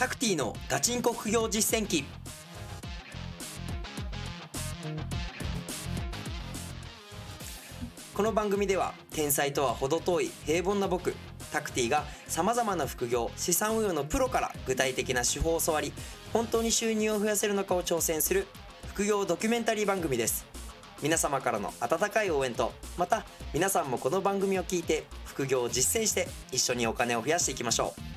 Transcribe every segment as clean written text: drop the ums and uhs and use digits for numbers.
タクティのガチンコ副業実践記。この番組では天才とは程遠い平凡な僕タクティがさまざまな副業資産運用のプロから具体的な手法を教わり、本当に収入を増やせるのかを挑戦する副業ドキュメンタリー番組です。皆様からの温かい応援と、また皆さんもこの番組を聞いて副業を実践して一緒にお金を増やしていきましょう。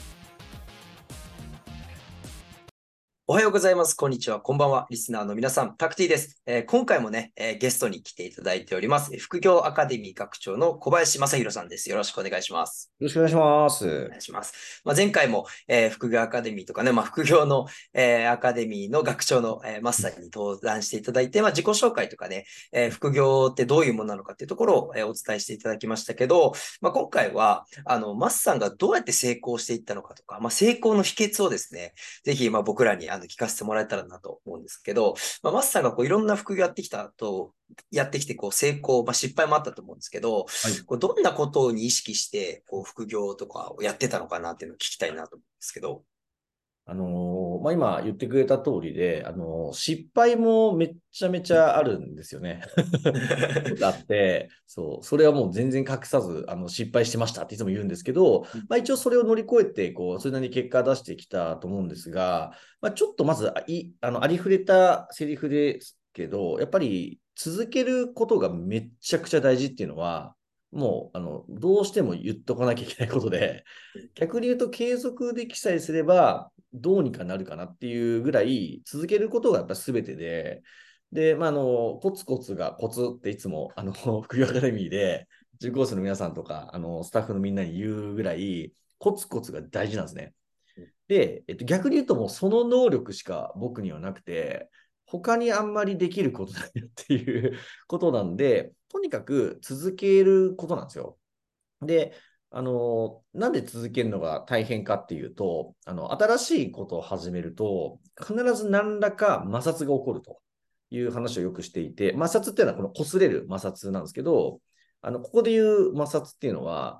おはようございます。こんにちは。こんばんは。リスナーの皆さん、タクティです。今回もね、ゲストに来ていただいております。副業アカデミー学長の小林正弘さんです。よろしくお願いします。 よろしくお願いしまおす。 願いします。前回も、副業アカデミーとかね、副業の、アカデミーの学長の、マスターに登壇していただいて、自己紹介とかね、副業ってどういうものなのかっていうところを、お伝えしていただきましたけど、今回は、マスさんがどうやって成功していったのかとか、成功の秘訣をですね、ぜひ、僕らに聞かせてもらえたらなと思うんですけど、マスさんがいろんな副業やってきて成功、失敗もあったと思うんですけど、 はい。 どんなことに意識して、副業とかをやってたのかなっていうのを聞きたいなと思うんですけど。 今言ってくれた通りで、失敗もめっちゃめちゃあるんですよね。あって、そう、それはもう全然隠さず、失敗してましたっていつも言うんですけど、一応それを乗り越えて、それなりに結果出してきたと思うんですが、ちょっとまず、ありふれたセリフですけど、やっぱり続けることがめっちゃくちゃ大事っていうのは、もう、どうしても言っとかなきゃいけないことで、逆に言うと継続できさえすれば、どうにかなるかなっていうぐらい、続けることがやっぱ全てで、で、コツコツがコツっていつも、副業アカデミーで、受講生の皆さんとか、スタッフのみんなに言うぐらい、コツコツが大事なんですね。で、逆に言うともうその能力しか僕にはなくて、他にあんまりできることないっていうことなんで、とにかく続けることなんですよ。で、なんで続けるのが大変かっていうと、新しいことを始めると、必ず何らか摩擦が起こるという話をよくしていて、摩擦っていうのはこの擦れる摩擦なんですけど、ここで言う摩擦っていうのは、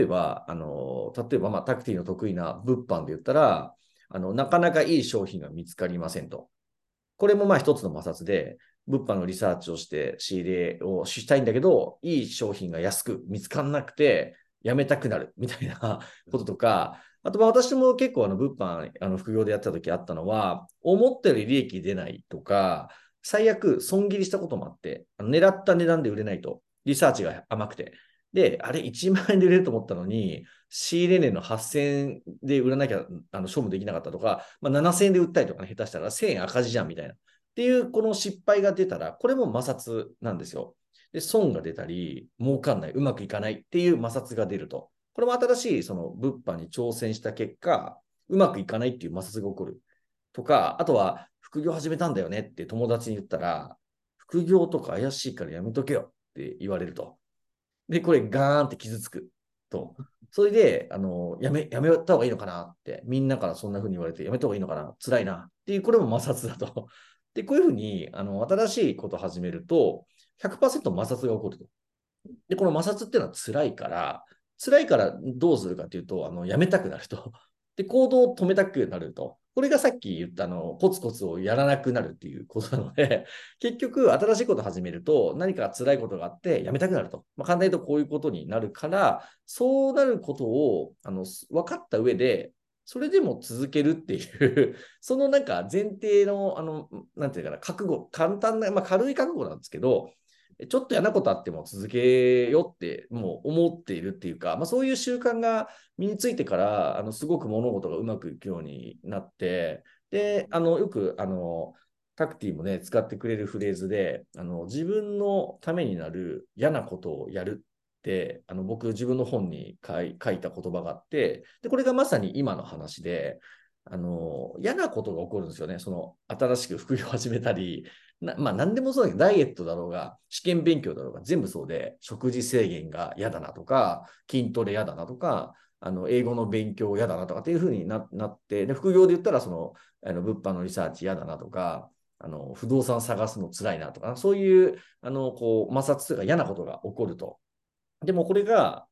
例えば、タクティの得意な物販で言ったら、なかなかいい商品が見つかりませんと。これも一つの摩擦で、物販のリサーチをして仕入れをしたいんだけど、いい商品が安く見つからなくて、やめたくなるみたいなこととか、あと私も結構物販、副業でやってた時あったのは、思ったより利益出ないとか、最悪損切りしたこともあって、狙った値段で売れないと、リサーチが甘くて。で、あれ1万円で売れると思ったのに、仕入れ値の8000円で売らなきゃ勝負できなかったとか、7000円で売ったりとかね、下手したら1000円赤字じゃんみたいな。っていうこの失敗が出たら、これも摩擦なんですよ。で、損が出たり、儲かんない、うまくいかないっていう摩擦が出ると。これも新しいその物販に挑戦した結果、うまくいかないっていう摩擦が起こる。とか、あとは、副業始めたんだよねって友達に言ったら、副業とか怪しいからやめとけよって言われると。で、これガーンって傷つくと。それで、やめた方がいいのかなって、みんなからそんな風に言われて、やめた方がいいのかな、辛いなっていう、これも摩擦だと。で、こういうふうに、新しいことを始めると、100%摩擦が起こると。で、この摩擦っていうのは辛いからどうするかというと、やめたくなると。で、行動を止めたくなると。これがさっき言ったコツコツをやらなくなるっていうことなので、結局、新しいことを始めると、何か辛いことがあってやめたくなると。簡単に言うとこういうことになるから、そうなることを分かった上で、それでも続けるっていうそのなんか前提の、なんていうかな、覚悟、簡単な、軽い覚悟なんですけど、ちょっと嫌なことあっても続けようってもう思っているっていうか、そういう習慣が身についてから、すごく物事がうまくいくようになって、で、よく、タクティもね、使ってくれるフレーズで、自分のためになる嫌なことをやるって、僕、自分の本に書いた言葉があって、で、これがまさに今の話で、嫌なことが起こるんですよね。その、新しく副業を始めたり、何でもそうだけど、ダイエットだろうが、試験勉強だろうが、全部そうで、食事制限が嫌だなとか、筋トレ嫌だなとか、英語の勉強嫌だなとかっていうふうになって、で、副業で言ったら、物販のリサーチ嫌だなとか、不動産探すの辛いなとか、そういう、摩擦とか嫌なことが起こると。でもこれが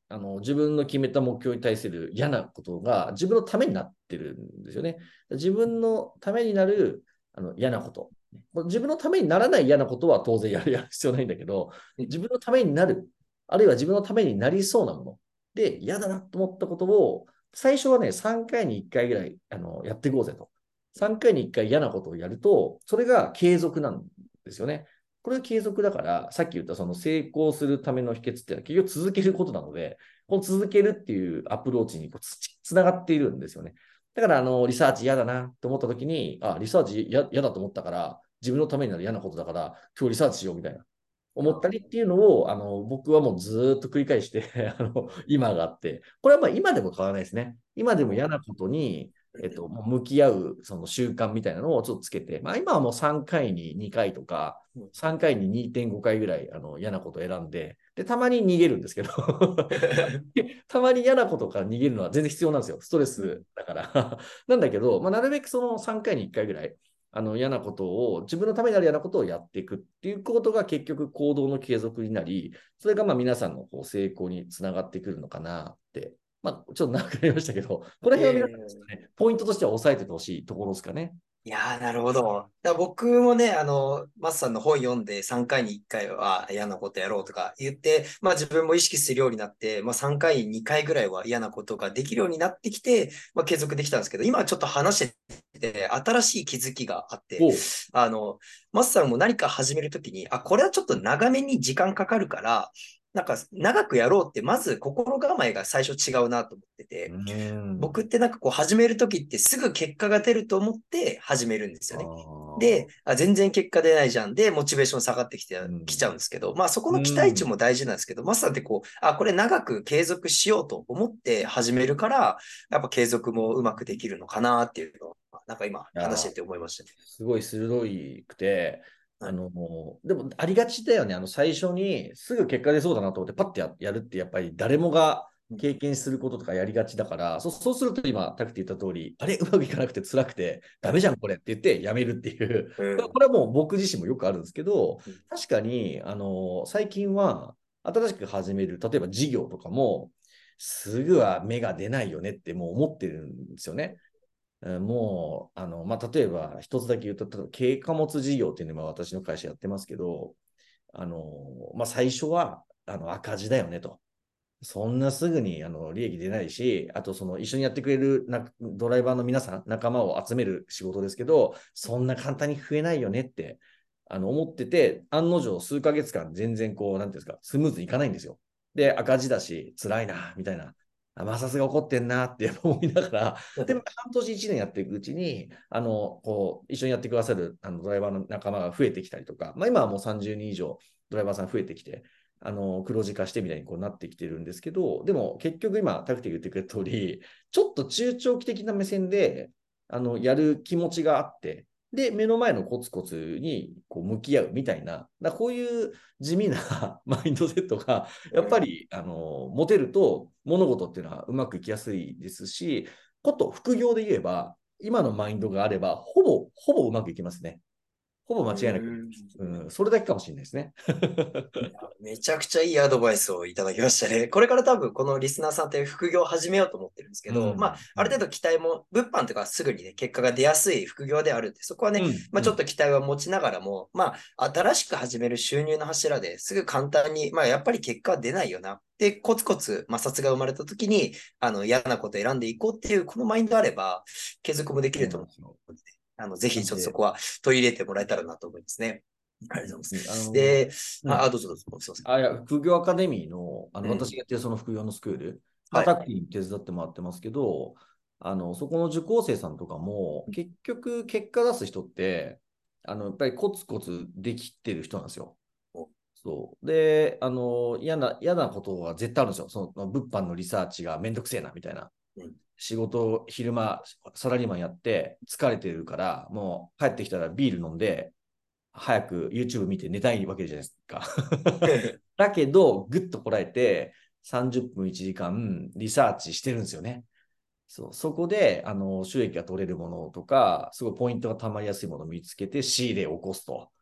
自分の決めた目標に対する嫌なことが自分のためになってるんですよね。自分のためになる嫌なこと。自分のためにならない嫌なことは当然やる必要ないんだけど、自分のためになる、あるいは自分のためになりそうなもので嫌だなと思ったことを、最初はね、3回に1回ぐらいやっていこうぜと。3回に1回嫌なことをやると、それが継続なんですよね。これが継続だから、さっき言ったその成功するための秘訣っていうのは結局続けることなので、この続けるっていうアプローチにつながっているんですよね。だから、リサーチ嫌だなと思ったときに、リサーチ嫌だと思ったから、自分のためになる嫌なことだから、今日リサーチしようみたいな。思ったりっていうのを、僕はもうずっと繰り返して今があって、これはまあ今でも変わらないですね。今でも嫌なことに、もう向き合うその習慣みたいなのをちょっとつけて、まあ今はもう3回に2回とか、3回に2.5回ぐらい嫌なことを選んで、で、たまに逃げるんですけどたまに嫌なことから逃げるのは全然必要なんですよ。ストレスだからなんだけど、まあ、なるべくその3回に1回ぐらい、嫌なことを、自分のためになる嫌なことをやっていくっていうことが結局行動の継続になり、それがまあ皆さんのこう成功につながってくるのかなって、まあ、ちょっと長くなりましたけど、この辺は皆さん、ね、ポイントとしては押さえててほしいところですかね。 いやー、なるほど。だから僕もね、マスさんの本読んで3回に1回は嫌なことやろうとか言って、まあ自分も意識するようになって、まあ3回に2回ぐらいは嫌なことができるようになってきて、まあ継続できたんですけど、今はちょっと話してて、新しい気づきがあって、 おあの、マスさんも何か始めるときに、これはちょっと長めに時間かかるから、なんか長くやろうって、まず心構えが最初違うなと思ってうて、 ん。 僕ってなんかこう始めるときってすぐ結果が出ると思って始めるんですあよね。で、 あ。 全然結果出ないじゃん。で、モチベーション下がってきちゃうんうん。 ですけど、まあそこうの期待値ん。 も大事なんですけど、マスターってこう、これ長く継続しようと思って始めるから、やっぱ継続もうまくできるのかなっていうのを、なんか今いや、 話してて思いましたね。 すごい鋭くて、 はい。 でもありがちだよね。最初にすぐ結果出そうだなと思ってパッてやるってやっぱり誰もが経験することとかやりがちだから、そうすると今、タクティ言った通り、あれ、うまくいかなくて辛くて、ダメじゃん、これって言ってやめるっていう、 うん。 これはもう僕自身もよくあるんですけど、 うん。 確かに、最近は新しく始める、例えば事業とかも、すぐは芽が出ないよねってもう思ってるんですよね。もう、まあ、例えば一つだけ言うと、軽貨物事業っていうのは私の会社やってますけど、まあ、最初は赤字だよねと。そんなすぐに利益出ないし、あとその一緒にやってくれるドライバーの皆さん、仲間を集める仕事ですけど、そんな簡単に増えないよねって思ってて、案の定数ヶ月間全然こう、なんていうんですか、スムーズにいかないんですよ。で、赤字だし、辛いな、みたいな。摩擦が起こってんなって思いながら、でも半年1年やっていくうちに、こう、一緒にやってくださるドライバーの仲間が増えてきたりとか、まあ今はもう30人以上ドライバーさん増えてきて、黒字化してみたいにこうなってきてるんですけど、でも結局今、タクティが言ってくれた通り、ちょっと中長期的な目線で、やる気持ちがあって、で、目の前のコツコツにこう向き合うみたいな、こういう地味なマインドセットが、やっぱり、持てると物事っていうのはうまくいきやすいですし、副業で言えば、今のマインドがあれば、ほぼうまくいきますね。ほぼ間う違いなく。 ん。 それだけかもしれないですね。 めちゃくちゃいいアドバイスをいただきましたね。これから多分このリスナーさんって副業を始めようと思ってるんですけど、まあ、 うん。うん。 ある程度期待も、物販とかすぐにね、結果が出やすい副業であるんで、そこはね、 うん。 まあ、 うん。 ちょっと期待は持ちながらも、まあ、新しく始める収入の柱ですぐ簡単に、まあ、やっぱり結果は出ないよな。で、コツコツ摩擦が生まれた時に、嫌なことを選んでいこうっていう、このマインドあれば、継続もできそると思うなんですよ。 うので、ぜひなんで、 ちょっとそこは取り入れてもらえたらなと思いますね。ありがとうございまうん。 す。で、 うん。 どうぞどうぞ。すいません。 いや、副業アカデミーの、 うん。 私がやってるその副業のスクール、まあ、 はい。 タクティに手伝ってもらってますけど、そこの受講生さんとかも、結局、結果出す人って、やっぱりコツコツできてる人なんですよ。 お。 そう。で、嫌なことは絶対あるんですよ。その、物販のリサーチがめんどくせえな、みたいな。 うん。 仕事、昼間、サラリーマンやって、疲れてるから、もう帰ってきたらビール飲んで、早く YouTube 見て寝たいわけじゃないですか。だけど、ぐっとこらえて、30分1時間リサーチしてるんですよね。そこで、収益が取れるものとか、すごいポイントがたまりやすいものを見つけて仕入れを起こすと。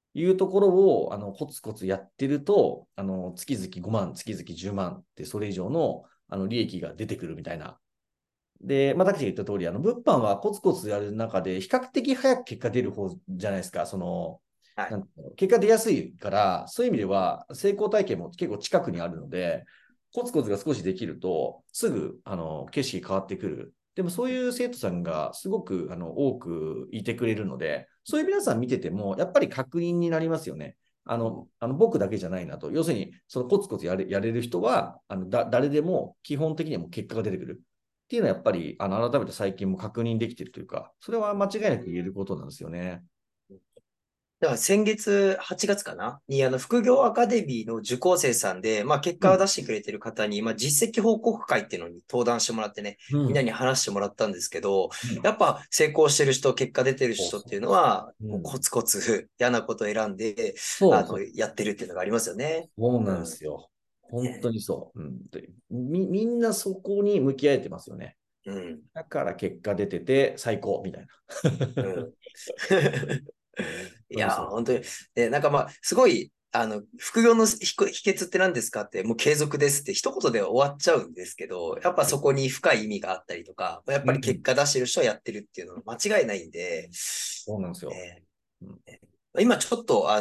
いうところをコツコツやってると、月々5万、月々10万ってそれ以上の利益が出てくるみたいな。で、まあ、タクシーが言った通り、物販はコツコツやる中で、比較的早く結果出る方じゃないですか。 はい。 結果出やすいから、そういう意味では成功体験も結構近くにあるので、コツコツが少しできると、すぐ景色変わってくる。でもそういう生徒さんがすごく多くいてくれるので、そういう皆さん見てても、やっぱり確認になりますよね。僕だけじゃないなと。要するに、そのコツコツやれる人は、誰でも基本的にはもう結果が出てくる。っていうのはやっぱり、改めて最近も確認できているというか、それは間違いなく言えることなんですよね。 だから先月8月かなに、副業アカデミーの受講生さんで、まあ、結うん。 果を出してくれてる方に、まあ、実績報告会っていうのに登壇してもらってね、 うん。 みんなに話してもらったんですけど、 うん。 やっぱ成功してる人、結果出てるそう人っていうそうそうそのは、 う。うん。 もうコツコツ嫌なことを選んで、 そうそう。 やってるっていうのがありますよね。 そうなんでうん。 すよ。本当ねにそう。うん。で、みんなそこに向き合えてますよね。 うん。 だから結果出てて最高みたいな。 うん。 本いやー、 当にそ本当に。なんかまあ、すごい、副業の秘訣って何ですかって、もう継続ですって一言で終わっちゃうんですけど、やっぱう。 そこに深い意味があったりとか、やっぱり結うん。 果出してる人はやってるっていうのは間違いないんで、 そうなんですよ。 えうん。 今ちょっと、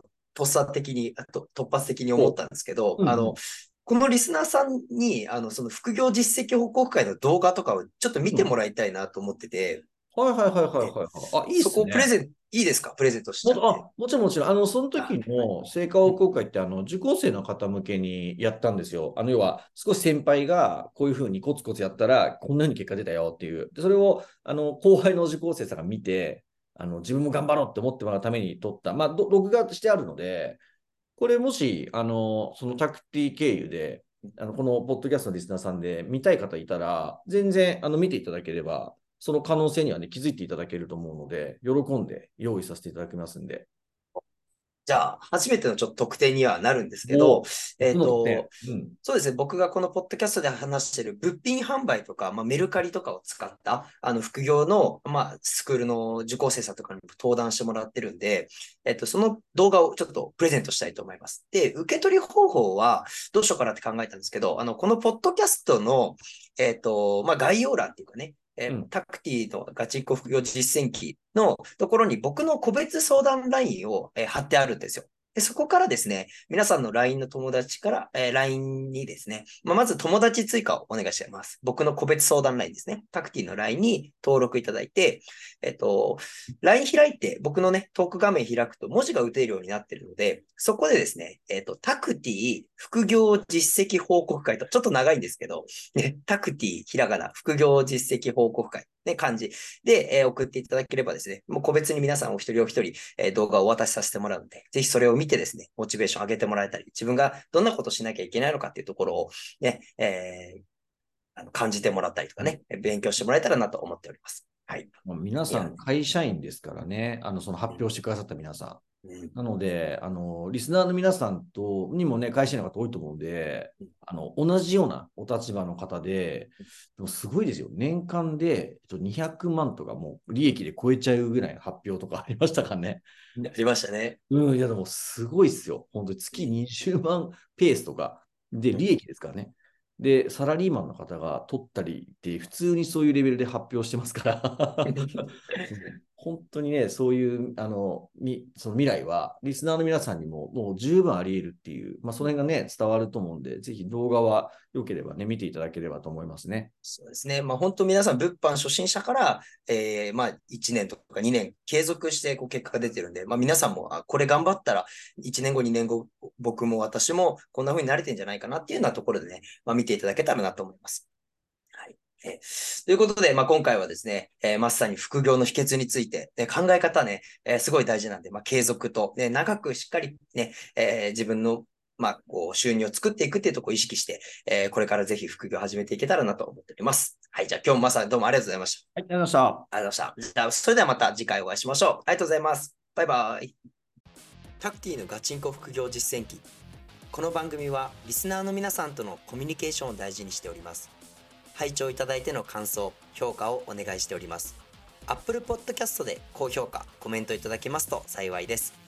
突発的に思ったんですけど、 うんうん。 このリスナーさんに、その副業実績報告会の動画とかをちょっと見うん。 てもらいたいなと思ってて、 はいはいはいはいね、 はいはい。あ、いいっそこすね。 をいいですかプレゼントしちゃって。 もちろんもちろん、その時はい。 の成果報告会って、受講生の方向けにやったんですよ。要は、少し先輩がこういうふうにコツコツやったら、こんなに結果出たよっていう。で、それを、後輩の受講生さんが見て、自分も頑張ろうって思ってもらうために撮った、まあ、録画してあるので、これもし、そのタクティ経由で、このポッドキャストのリスナーさんで見たい方いたら、全然、見ていただければ、その可能性にはね、気づいていただけると思うので、喜んで用意させていただきますんで。 じゃあ、初めてのちょっと特典にはなるんですけど、 もう、 えっその特典。 と、 うん。 そうですね。僕がこのポッドキャストで話している物品販売とか、まあ、メルカリとかを使った、副業の、まあ、スクールの受講生さんとかにも登壇してもらってるんで、その動画をちょっとプレゼントしたいと思います。で、受け取り方法はどうしようかなって考えたんですけど、このポッドキャストの、まあ、概要欄っていうかね、 うん。 タクティのガチンコ副業実践記のところに僕の個別相談ラインを、貼ってあるんですよ。で、そこからですね、皆さんの LINE の友達から、LINE にですね、まず友達追加をお願いします。僕の個別相談 LINE ですね。タクティの LINE に登録いただいて、LINE 開いて僕のね、トーク画面開くと文字が打てるようになっているので、そこでですね、タクティ副業実績報告会と、ちょっと長いんですけど、ね、タクティひらがな副業実績報告会、ね、漢字で、送っていただければですね、もう個別に皆さんお一人お一人、動画をお渡しさせてもらうので、ぜひそれを見てですね、モチベーション上げてもらえたり、自分がどんなことをしなきゃいけないのかっていうところをね、感じてもらったりとかうん。 ね、勉強してもらえたらなと思っております。はい。 まあ皆いや、 さん会社員ですからね、そのうん、 発表してくださった皆さん。 うん、 なので、リスナーの皆さんにもね、会社員の方多いと思うんで、同じようなお立場の方でもすごいですよ。年間で200万とかもう利益で超えちゃうぐらいの発表とかありましたからね。 ありましたね。 うん、いやでもすごいっすよ。本当に月20万ペースとかで利益ですからね。で、サラリーマンの方が取ったりって普通にそういうレベルで発表してますから本当にね、そういう、その未来は、リスナーの皆さんにももう十分あり得るっていう、まあ、その辺がね、伝わると思うんで、ぜひ動画は良ければね、見ていただければと思いますね。 そうですね。まあ本当皆さん物販初心者から、まあ1年とか2年継続してこう結果が出てるんで、まあ皆さんもこれ頑張ったら1年後、2年後、僕も私もこんな風になれてんじゃないかなっていうようなところでね、まあ見ていただけたらなと思います。はい。ということで、まあ、今回はですね、まさに副業の秘訣について、考え方ね、すごい大事なんで、まあ、継続と、ね、長くしっかりね、自分の、まあ、こう収入を作っていくっていうところを意識して、これからぜひ副業を始めていけたらなと思っております。はい、じゃあ今日もまさにどうもありがとうございました。 はい、ありがとうございました。 ありがとうございました。じゃあ、それではまた次回お会いしましょう。ありがとうございます。バイバイ。タクティのガチンコ副業実践記。この番組はリスナーの皆さんとのコミュニケーションを大事にしております。拝聴いただいての感想、評価をお願いしております。Apple Podcast で高評価、コメントいただけますと幸いです。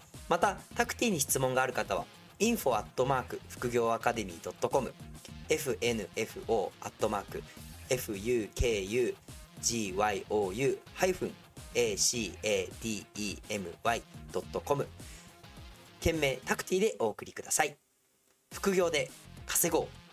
また、タクティに質問がある方は、info@ 副業アカデミー .com、fnfo@fugyou-academy.com、件名タクティでお送りください。副業で稼ごう。